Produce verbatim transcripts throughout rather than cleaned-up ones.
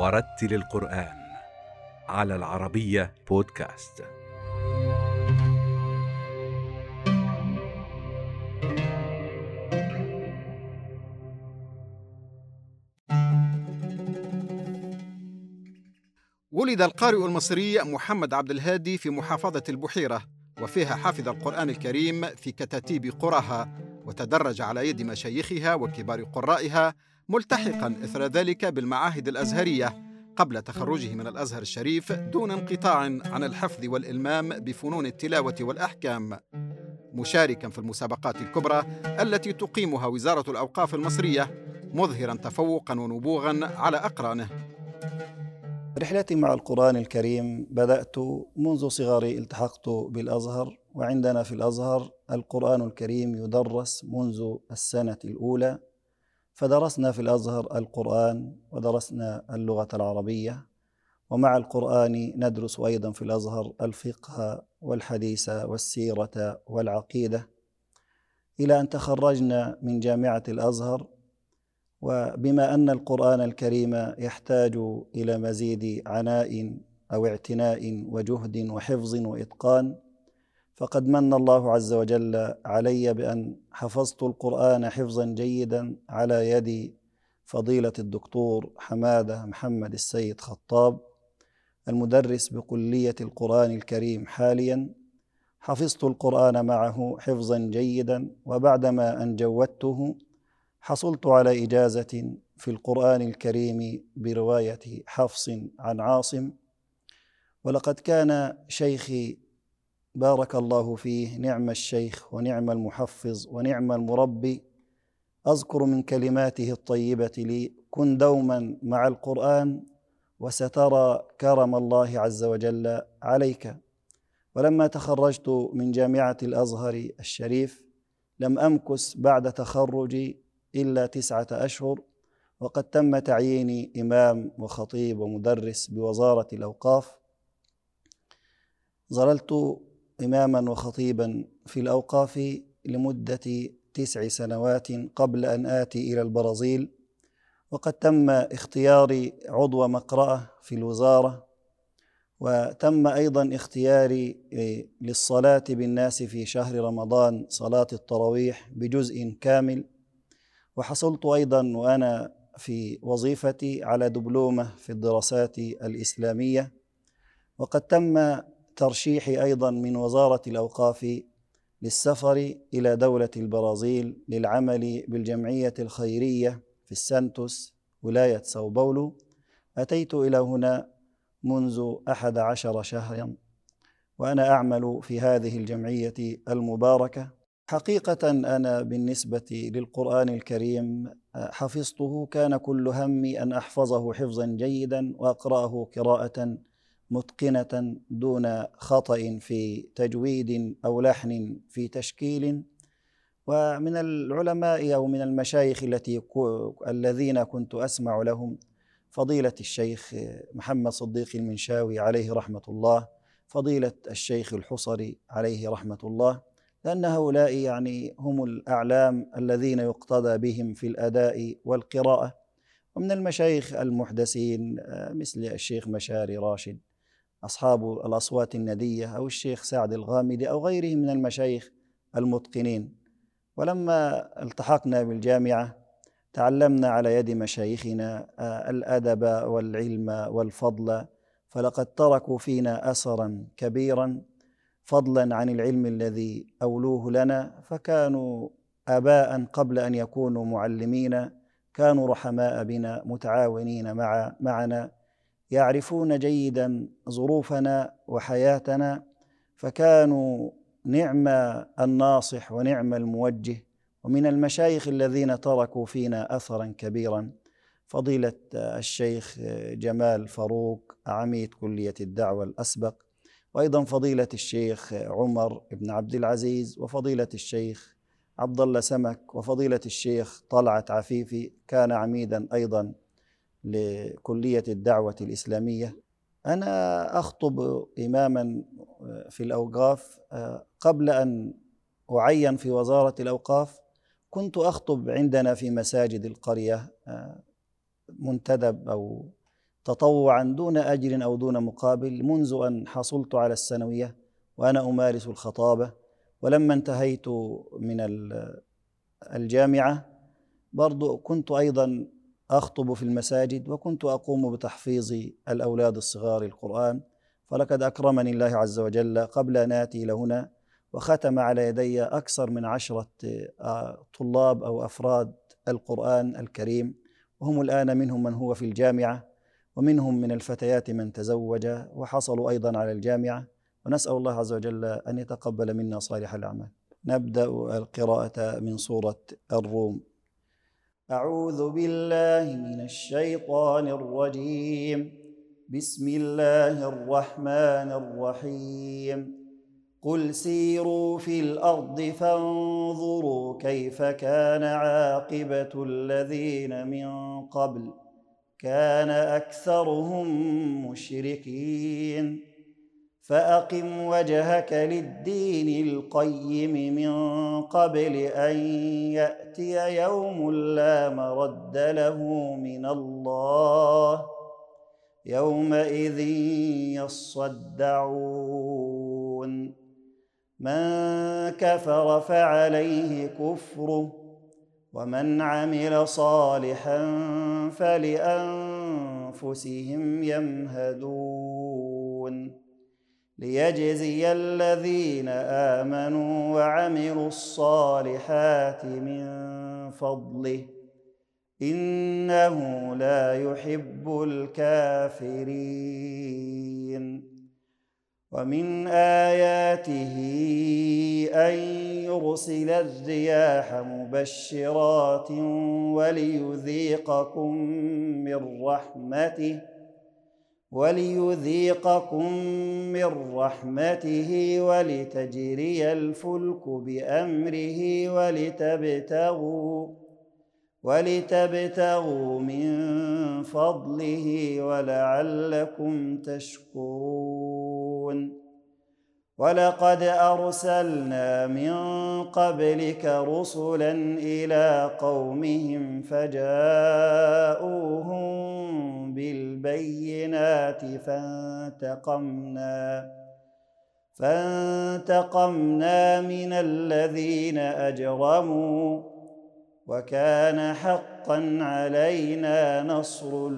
ورتل القرآن على العربية بودكاست. ولد القارئ المصري محمد عبد الهادي في محافظة البحيرة، وفيها حفظ القرآن الكريم في كتاتيب قراها، وتدرج على يد مشايخها وكبار قرائها، ملتحقاً إثر ذلك بالمعاهد الأزهرية قبل تخرجه من الأزهر الشريف دون انقطاع عن الحفظ والإلمام بفنون التلاوة والأحكام، مشاركاً في المسابقات الكبرى التي تقيمها وزارة الأوقاف المصرية، مظهراً تفوقاً ونبوغاً على أقرانه. رحلتي مع القرآن الكريم بدأت منذ صغري. التحقت بالأزهر، وعندنا في الأزهر القرآن الكريم يدرس منذ السنة الأولى، فدرسنا في الأزهر القرآن ودرسنا اللغة العربية، ومع القرآن ندرس أيضا في الأزهر الفقه والحديث والسيرة والعقيدة، إلى أن تخرجنا من جامعة الأزهر. وبما أن القرآن الكريم يحتاج إلى مزيد عناء أو اعتناء وجهد وحفظ وإتقان، فقد من الله عز وجل علي بأن حفظت القرآن حفظا جيدا على يد فضيلة الدكتور حمادة محمد السيد خطاب، المدرس بكلية القرآن الكريم حاليا. حفظت القرآن معه حفظا جيدا، وبعدما أن جودته حصلت على إجازة في القرآن الكريم برواية حفص عن عاصم. ولقد كان شيخي بارك الله فيه نعم الشيخ ونعم المحفظ ونعم المربي. أذكر من كلماته الطيبة لي: كن دوما مع القرآن وسترى كرم الله عز وجل عليك. ولما تخرجت من جامعة الأزهر الشريف لم أمكث بعد تخرجي إلا تسعة أشهر، وقد تم تعييني إمام وخطيب ومدرس بوزارة الأوقاف. ظللت إماما وخطيبا في الأوقاف لمدة تسع سنوات قبل أن آتي إلى البرازيل، وقد تم اختياري عضو مقرأة في الوزارة، وتم أيضا اختياري للصلاة بالناس في شهر رمضان صلاة التراويح بجزء كامل. وحصلت أيضا وأنا في وظيفتي على دبلومة في الدراسات الإسلامية، وقد تم ترشيحي أيضا من وزارة الأوقاف للسفر إلى دولة البرازيل للعمل بالجمعية الخيرية في السانتوس ولاية ساو باولو. أتيت إلى هنا منذ أحد عشر شهرا وأنا أعمل في هذه الجمعية المباركة. حقيقة أنا بالنسبة للقرآن الكريم حفظته كان كل همي أن أحفظه حفظا جيدا وأقرأه قراءة متقنة دون خطأ في تجويد أو لحن في تشكيل. ومن العلماء أو من المشايخ التي الذين كنت أسمع لهم فضيلة الشيخ محمد صديق المنشاوي عليه رحمة الله، فضيلة الشيخ الحصري عليه رحمة الله، لأن هؤلاء يعني هم الأعلام الذين يقتدى بهم في الأداء والقراءة. ومن المشايخ المحدثين مثل الشيخ مشاري راشد أصحاب الأصوات الندية، أو الشيخ سعد الغامدي، أو غيره من المشايخ المتقنين. ولما التحقنا بالجامعة تعلمنا على يد مشايخنا الأدب والعلم والفضل، فلقد تركوا فينا أثرا كبيرا فضلا عن العلم الذي أولوه لنا، فكانوا آباء قبل أن يكونوا معلمين، كانوا رحماء بنا متعاونين مع معنا، يعرفون جيدا ظروفنا وحياتنا، فكانوا نعم الناصح ونعم الموجه. ومن المشايخ الذين تركوا فينا أثرا كبيرا فضيلة الشيخ جمال فاروق عميد كلية الدعوة الأسبق، وأيضا فضيلة الشيخ عمر بن عبد العزيز، وفضيلة الشيخ عبد الله سمك، وفضيلة الشيخ طلعت عفيفي كان عميدا أيضا لكلية الدعوة الإسلامية. أنا أخطب إماما في الأوقاف قبل أن أعين في وزارة الأوقاف. كنت أخطب عندنا في مساجد القرية منتدب أو تطوعا دون أجر أو دون مقابل منذ أن حصلت على الثانوية وأنا أمارس الخطابة، ولما انتهيت من الجامعة برضو كنت أيضا أخطب في المساجد، وكنت أقوم بتحفيظ الأولاد الصغار القرآن. فلقد أكرمني الله عز وجل قبل أن آتي لهنا وختم على يدي أكثر من عشرة طلاب أو أفراد القرآن الكريم، وهم الآن منهم من هو في الجامعة، ومنهم من الفتيات من تزوج وحصلوا أيضا على الجامعة، ونسأل الله عز وجل أن يتقبل منا صالح الأعمال. نبدأ القراءة من سورة الروم. أعوذ بالله من الشيطان الرجيم. بسم الله الرحمن الرحيم. قل سيروا في الأرض فانظروا كيف كان عاقبة الذين من قبل كان أكثرهم مشركين. فأقم وجهك للدين القيم من قبل أن يأتي يوم لا مرد له من الله يومئذ يصدعون. من كفر فعليه كفره ومن عمل صالحا فلأنفسهم يمهدون. ليجزي الذين آمنوا وعملوا الصالحات من فضله إنه لا يحب الكافرين. ومن آياته أن يرسل الرياح مبشرات وليذيقكم من رحمته وليذيقكم من رحمته ولتجري الفلك بأمره ولتبتغوا ولتبتغوا من فضله ولعلكم تشكرون. ولقد أرسلنا من قبلك رسلا إلى قومهم فجاءوهم بالبينات فانتقمنا فانتقمنا من الذين أجرموا وكان حقا علينا نصر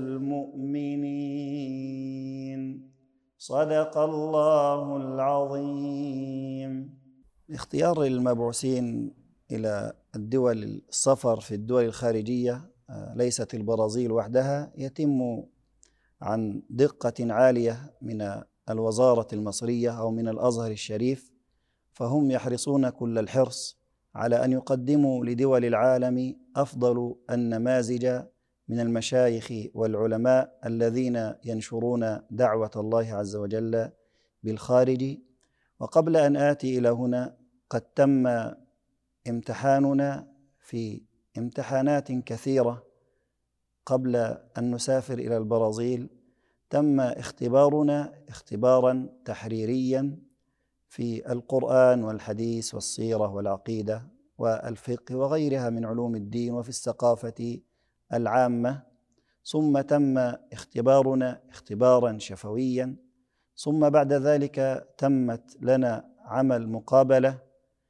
المؤمنين. صدق الله العظيم. اختيار المبعوثين إلى الدول السفر في الدول الخارجية ليست البرازيل وحدها، يتم عن دقة عالية من الوزارة المصرية أو من الأزهر الشريف، فهم يحرصون كل الحرص على أن يقدموا لدول العالم أفضل النماذج من المشايخ والعلماء الذين ينشرون دعوة الله عز وجل بالخارج. وقبل أن آتي إلى هنا قد تم امتحاننا في امتحانات كثيرة. قبل أن نسافر إلى البرازيل تم اختبارنا اختبارا تحريريا في القرآن والحديث والسيرة والعقيدة والفقه وغيرها من علوم الدين وفي الثقافة العامة، ثم تم اختبارنا اختبارا شفويا، ثم بعد ذلك تمت لنا عمل مقابلة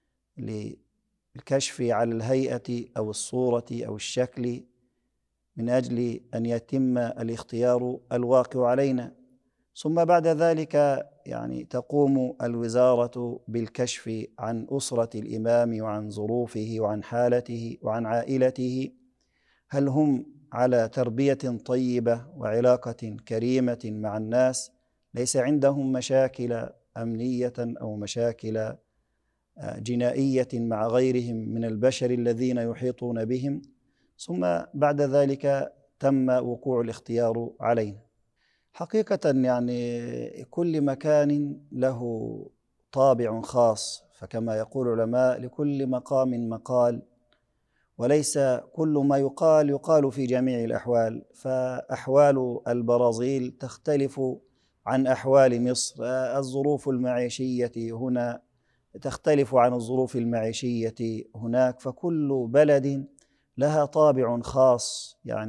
للكشف على الهيئة أو الصورة أو الشكل من أجل أن يتم الاختيار الواقع علينا. ثم بعد ذلك يعني تقوم الوزارة بالكشف عن أسرة الإمام وعن ظروفه وعن حالته وعن عائلته، هل هم على تربية طيبة وعلاقة كريمة مع الناس، ليس عندهم مشاكل أمنية أو مشاكل جنائية مع غيرهم من البشر الذين يحيطون بهم. ثم بعد ذلك تم وقوع الاختيار علينا. حقيقة يعني كل مكان له طابع خاص، فكما يقول العلماء لكل مقام مقال، وليس كل ما يقال يقال في جميع الأحوال. فأحوال البرازيل تختلف عن أحوال مصر، الظروف المعيشية هنا تختلف عن الظروف المعيشية هناك، فكل بلد لها طابع خاص يعني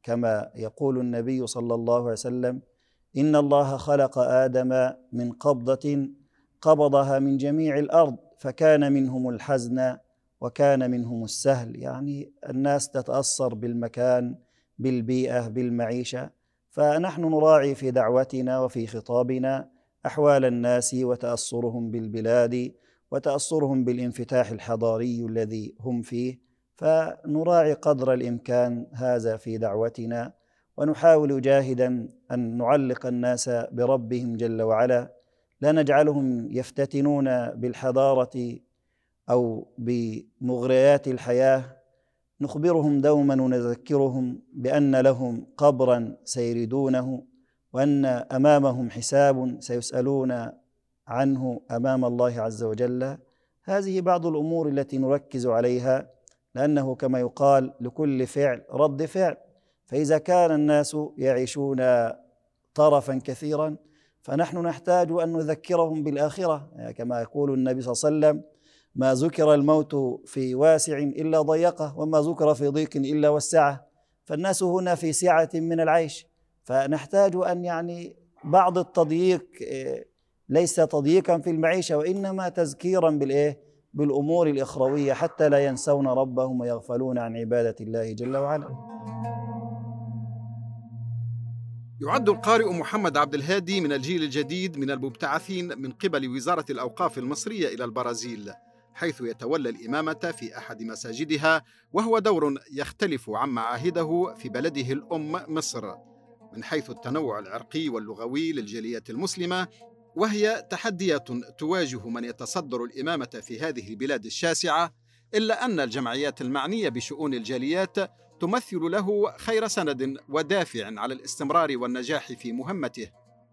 كما يقول النبي صلى الله عليه وسلم: إن الله خلق آدم من قبضة قبضها من جميع الأرض فكان منهم الحزن وكان منهم السهل. يعني الناس تتأثر بالمكان، بالبيئة، بالمعيشة، فنحن نراعي في دعوتنا وفي خطابنا أحوال الناس وتأثرهم بالبلاد وتأثرهم بالانفتاح الحضاري الذي هم فيه، فنراعي قدر الإمكان هذا في دعوتنا، ونحاول جاهدا أن نعلق الناس بربهم جل وعلا، لا نجعلهم يفتتنون بالحضارة أو بمغريات الحياة. نخبرهم دوما ونذكرهم بأن لهم قبرا سيردونه، وأن أمامهم حساب سيسألون عنه أمام الله عز وجل. هذه بعض الأمور التي نركز عليها، لأنه كما يقال لكل فعل رد فعل، فإذا كان الناس يعيشون طرفا كثيرا فنحن نحتاج أن نذكرهم بالآخرة، كما يقول النبي صلى الله عليه وسلم: ما ذكر الموت في واسع إلا ضيقه، وما ذكر في ضيق إلا وسعه. فالناس هنا في سعة من العيش، فنحتاج أن يعني بعض التضييق ليس تضييقا في المعيشة، وإنما تذكيرا بالإيه؟ بالأمور الأخروية، حتى لا ينسون ربهم ويغفلون عن عبادة الله جل وعلا. يعد القارئ محمد عبد الهادي من الجيل الجديد من المبتعثين من قبل وزارة الأوقاف المصرية إلى البرازيل، حيث يتولى الإمامة في أحد مساجدها، وهو دور يختلف عما عاهده في بلده الأم مصر من حيث التنوع العرقي واللغوي للجالية المسلمة، وهي تحديات تواجه من يتصدر الإمامة في هذه البلاد الشاسعة، إلا أن الجمعيات المعنية بشؤون الجاليات تمثل له خير سند ودافع على الاستمرار والنجاح في مهمته.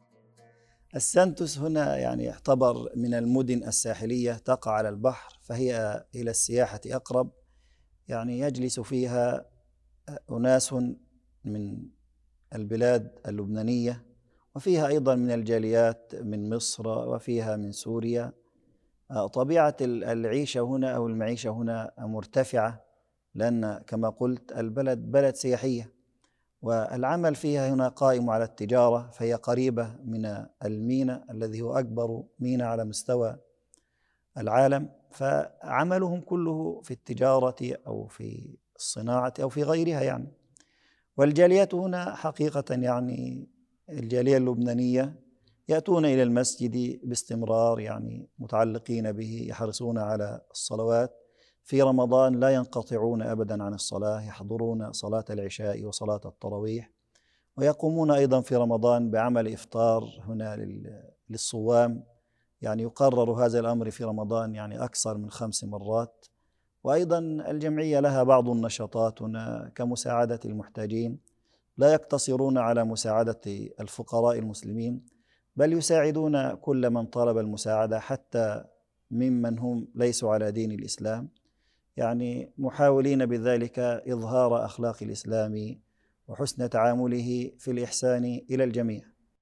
السانتوس هنا يعني يعتبر من المدن الساحلية تقع على البحر، فهي إلى السياحة أقرب. يعني يجلس فيها أناس من البلاد اللبنانية، وفيها أيضا من الجاليات من مصر، وفيها من سوريا. طبيعة العيشة هنا أو المعيشة هنا مرتفعة، لأن كما قلت البلد بلد سياحية، والعمل فيها هنا قائم على التجارة، فهي قريبة من الميناء الذي هو أكبر ميناء على مستوى العالم، فعملهم كله في التجارة أو في الصناعة أو في غيرها يعني. والجاليات هنا حقيقة يعني الجالية اللبنانية يأتون إلى المسجد باستمرار، يعني متعلقين به، يحرصون على الصلوات. في رمضان لا ينقطعون أبدا عن الصلاة، يحضرون صلاة العشاء وصلاة التراويح، ويقومون أيضا في رمضان بعمل إفطار هنا للصوام. يعني يقرر هذا الأمر في رمضان يعني أكثر من خمس مرات. وأيضا الجمعية لها بعض النشاطات هنا كمساعدة المحتاجين، لا يقتصرون على مساعدة الفقراء المسلمين، بل يساعدون كل من طلب المساعدة حتى ممن هم ليسوا على دين الإسلام، يعني محاولين بذلك إظهار أخلاق الإسلام وحسن تعامله في الإحسان إلى الجميع.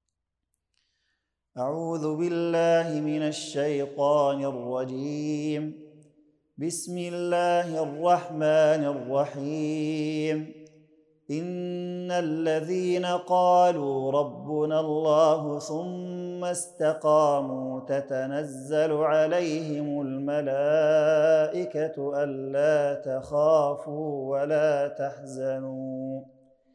أعوذ بالله من الشيطان الرجيم. بسم الله الرحمن الرحيم. إن الذين قالوا ربنا الله ثم استقاموا تتنزل عليهم الملائكة ألا تخافوا ولا تحزنوا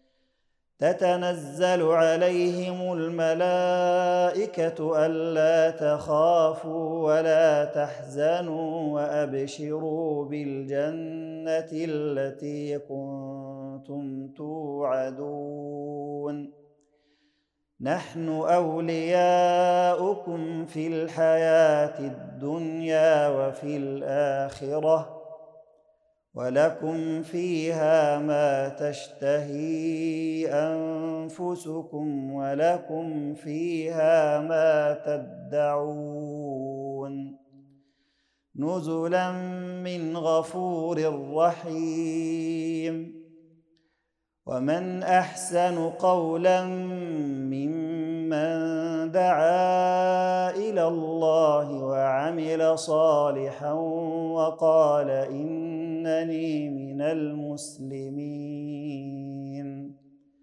تتنزل عليهم الملائكة ألا تخافوا ولا تحزنوا وأبشروا بالجنة التي كنتم توعدون. نحن أولياؤكم في الحياة الدنيا وفي الآخرة، ولكم فيها ما تشتهي أنفسكم ولكم فيها ما تدعون، نزلا من غفور رحيم. ومن أحسن قولا ممن دعا إلى الله وعمل صالحا وقال إنني من المسلمين.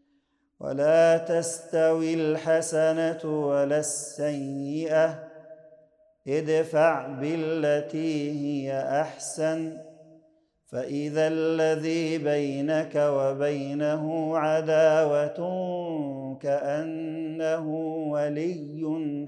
ولا تستوي الحسنة ولا السيئة ادفع بالتي هي أحسن فإذا الذي بينك وبينه عداوة كأنه ولي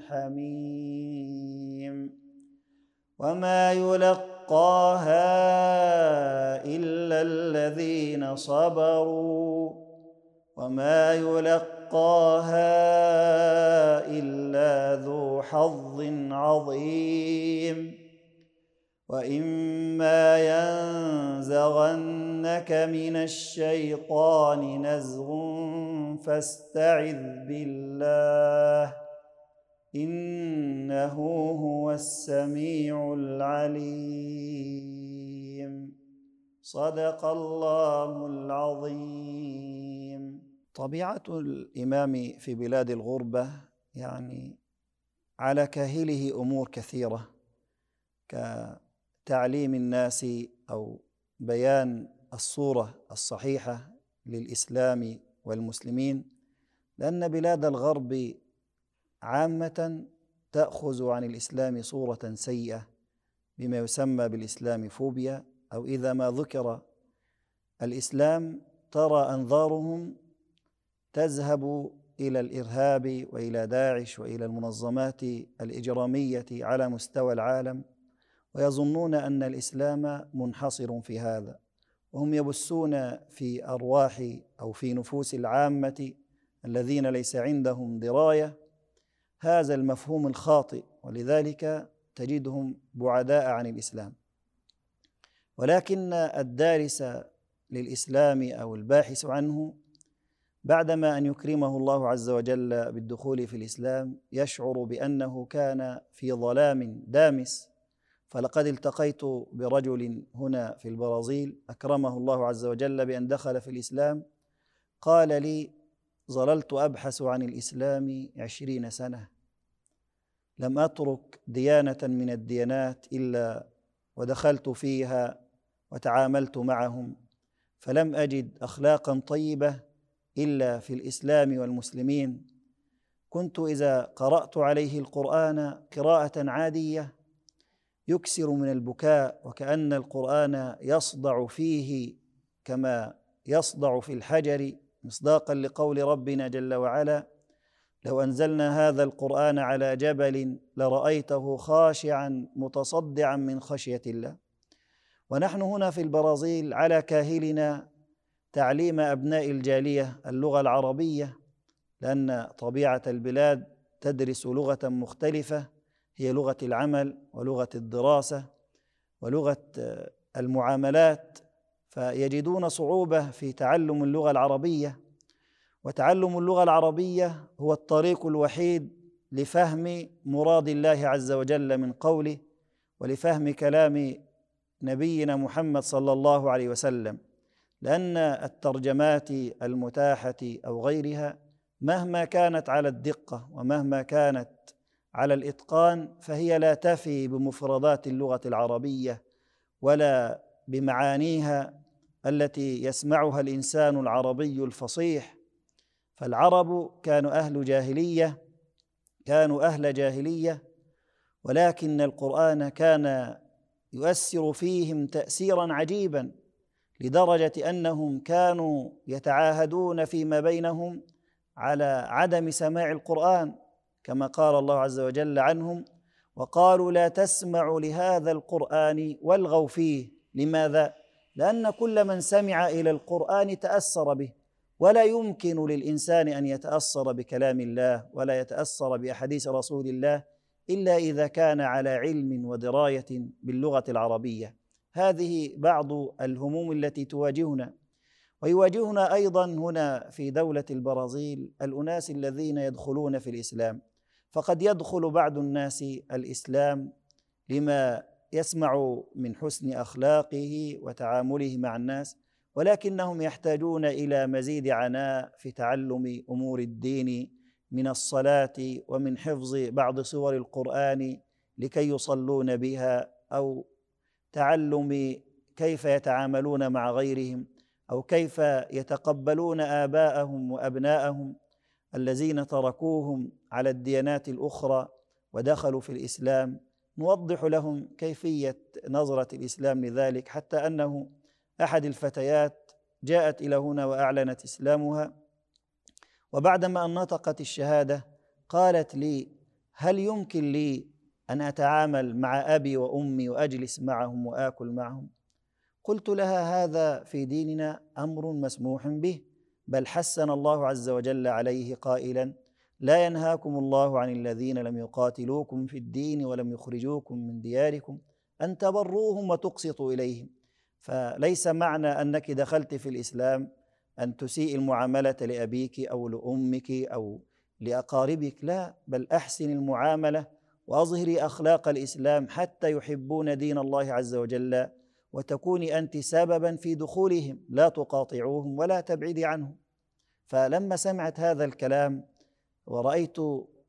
حميم وما يلقاها إلا الذين صبروا وما يلقاها إلا ذو حظ عظيم وإما ينزغنك من الشيطان نزغ فاستعذ بالله إنه هو السميع العليم. صدق الله العظيم. طبيعة الإمام في بلاد الغربة يعني على كاهله أمور كثيرة كتعليم الناس أو بيان الصورة الصحيحة للإسلام والمسلمين، لأن بلاد الغرب عامة تأخذ عن الإسلام صورة سيئة بما يسمى بالإسلام فوبيا، أو إذا ما ذكر الإسلام ترى أنظارهم تذهب إلى الإرهاب وإلى داعش وإلى المنظمات الإجرامية على مستوى العالم، ويظنون أن الإسلام منحصر في هذا، وهم يبثون في أرواح أو في نفوس العامة الذين ليس عندهم دراية هذا المفهوم الخاطئ، ولذلك تجدهم بعداء عن الإسلام. ولكن الدارس للإسلام أو الباحث عنه بعدما أن يكرمه الله عز وجل بالدخول في الإسلام يشعر بأنه كان في ظلام دامس. فلقد التقيت برجل هنا في البرازيل أكرمه الله عز وجل بأن دخل في الإسلام، قال لي: ظللت أبحث عن الإسلام عشرين سنة، لم أترك ديانة من الديانات إلا ودخلت فيها وتعاملت معهم، فلم أجد أخلاقا طيبة إلا في الإسلام والمسلمين. كنت إذا قرأت عليه القرآن قراءة عادية يكسر من البكاء، وكأن القرآن يصدع فيه كما يصدع في الحجر، مصداقا لقول ربنا جل وعلا: لو أنزلنا هذا القرآن على جبل لرأيته خاشعا متصدعا من خشية الله. ونحن هنا في البرازيل على كاهلنا تعليم أبناء الجالية اللغة العربية، لأن طبيعة البلاد تدرس لغة مختلفة، هي لغة العمل ولغة الدراسة ولغة المعاملات، فيجدون صعوبة في تعلم اللغة العربية. وتعلم اللغة العربية هو الطريق الوحيد لفهم مراد الله عز وجل من قوله، ولفهم كلام نبينا محمد صلى الله عليه وسلم، لأن الترجمات المتاحة أو غيرها مهما كانت على الدقة ومهما كانت على الإتقان فهي لا تفي بمفردات اللغة العربية ولا بمعانيها التي يسمعها الإنسان العربي الفصيح. فالعرب كانوا أهل جاهلية كانوا أهل جاهلية ولكن القرآن كان يؤثر فيهم تأثيرا عجيبا، لدرجة أنهم كانوا يتعاهدون فيما بينهم على عدم سماع القرآن، كما قال الله عز وجل عنهم: وقالوا لا تسمعوا لهذا القرآن والغوا فيه. لماذا؟ لأن كل من سمع إلى القرآن تأثر به، ولا يمكن للإنسان أن يتأثر بكلام الله ولا يتأثر بأحاديث رسول الله إلا إذا كان على علم ودراية باللغة العربية. هذه بعض الهموم التي تواجهنا. ويواجهنا أيضا هنا في دولة البرازيل الأناس الذين يدخلون في الإسلام، فقد يدخل بعض الناس الإسلام لما يسمع من حسن أخلاقه وتعامله مع الناس، ولكنهم يحتاجون إلى مزيد عناء في تعلم أمور الدين من الصلاة ومن حفظ بعض سور القرآن لكي يصلون بها، أو تعلم كيف يتعاملون مع غيرهم، أو كيف يتقبلون آباءهم وأبناءهم الذين تركوهم على الديانات الأخرى ودخلوا في الإسلام. نوضح لهم كيفية نظرة الإسلام لذلك، حتى أنه أحد الفتيات جاءت إلى هنا وأعلنت إسلامها، وبعدما أن نطقت الشهادة قالت لي: هل يمكن لي أن أتعامل مع أبي وأمي وأجلس معهم وآكل معهم؟ قلت لها: هذا في ديننا أمر مسموح به، بل حسن الله عز وجل عليه قائلا: لا ينهاكم الله عن الذين لم يقاتلوكم في الدين ولم يخرجوكم من دياركم أن تبروهم وتقسطوا إليهم. فليس معنى أنك دخلت في الإسلام أن تسيء المعاملة لأبيك أو لأمك أو لأقاربك، لا، بل أحسن المعاملة وأظهري أخلاق الإسلام حتى يحبون دين الله عز وجل، وتكوني أنت سببا في دخولهم، لا تقاطعوهم ولا تبعدي عنهم. فلما سمعت هذا الكلام ورأيت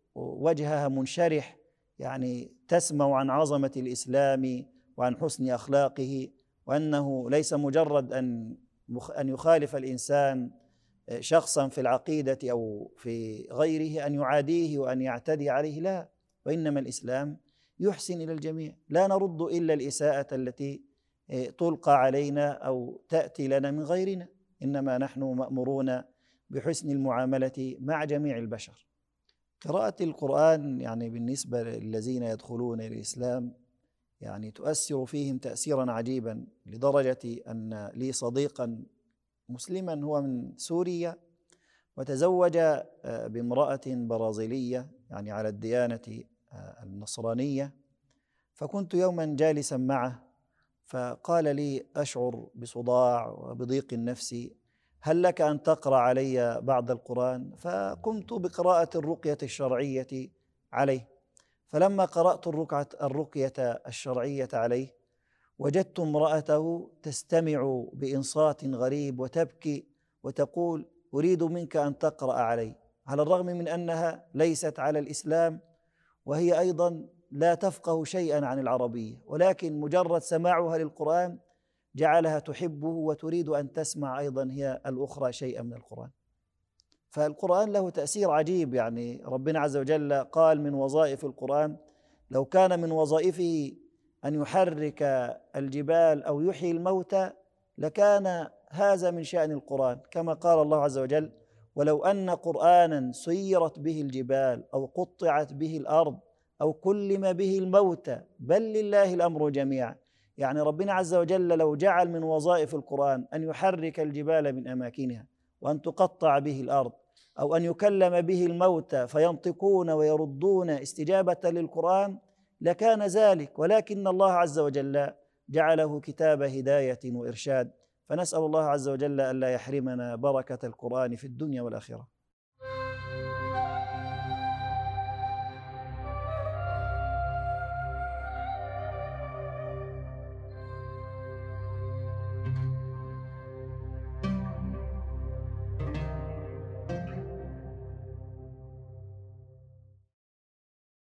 وجهها منشرح، يعني تسمع عن عظمة الإسلام وعن حسن أخلاقه، وأنه ليس مجرد أن أن يخالف الإنسان شخصا في العقيدة أو في غيره أن يعاديه وأن يعتدي عليه، لا، وإنما الإسلام يحسن إلى الجميع، لا نرد إلا الإساءة التي تلقى علينا أو تأتي لنا من غيرنا، إنما نحن مأمورون بحسن المعاملة مع جميع البشر. قراءة القرآن يعني بالنسبة للذين يدخلون إلى الإسلام يعني تؤثر فيهم تأثيرا عجيبا، لدرجة أن لي صديقا مسلما هو من سوريا وتزوج بامرأة برازيلية يعني على الديانة النصرانية، فكنت يوما جالسا معه فقال لي: أشعر بصداع وبضيق النفس، هل لك أن تقرأ علي بعض القرآن؟ فقمت بقراءة الرقية الشرعية عليه، فلما قرأت الرقية الرقية الشرعية عليه وجدت امرأته تستمع بإنصات غريب وتبكي وتقول: أريد منك أن تقرأ علي، على الرغم من أنها ليست على الإسلام وهي أيضا لا تفقه شيئا عن العربية، ولكن مجرد سماعها للقرآن جعلها تحبه وتريد أن تسمع أيضا هي الأخرى شيئا من القرآن. فالقرآن له تأثير عجيب، يعني ربنا عز وجل قال من وظائف القرآن: لو كان من وظائفه أن يحرك الجبال أو يحيي الموتى لكان هذا من شأن القرآن، كما قال الله عز وجل: ولو أن قرآنا سيرت به الجبال أو قطعت به الأرض أو كلم به الموتى بل لله الأمر جميعا. يعني ربنا عز وجل لو جعل من وظائف القرآن أن يحرك الجبال من أماكنها وأن تقطع به الأرض أو أن يكلم به الموتى فينطقون ويردون استجابة للقرآن لكان ذلك، ولكن الله عز وجل جعله كتاب هداية وإرشاد، فنسأل الله عز وجل ألا يحرمنا بركة القرآن في الدنيا والآخرة.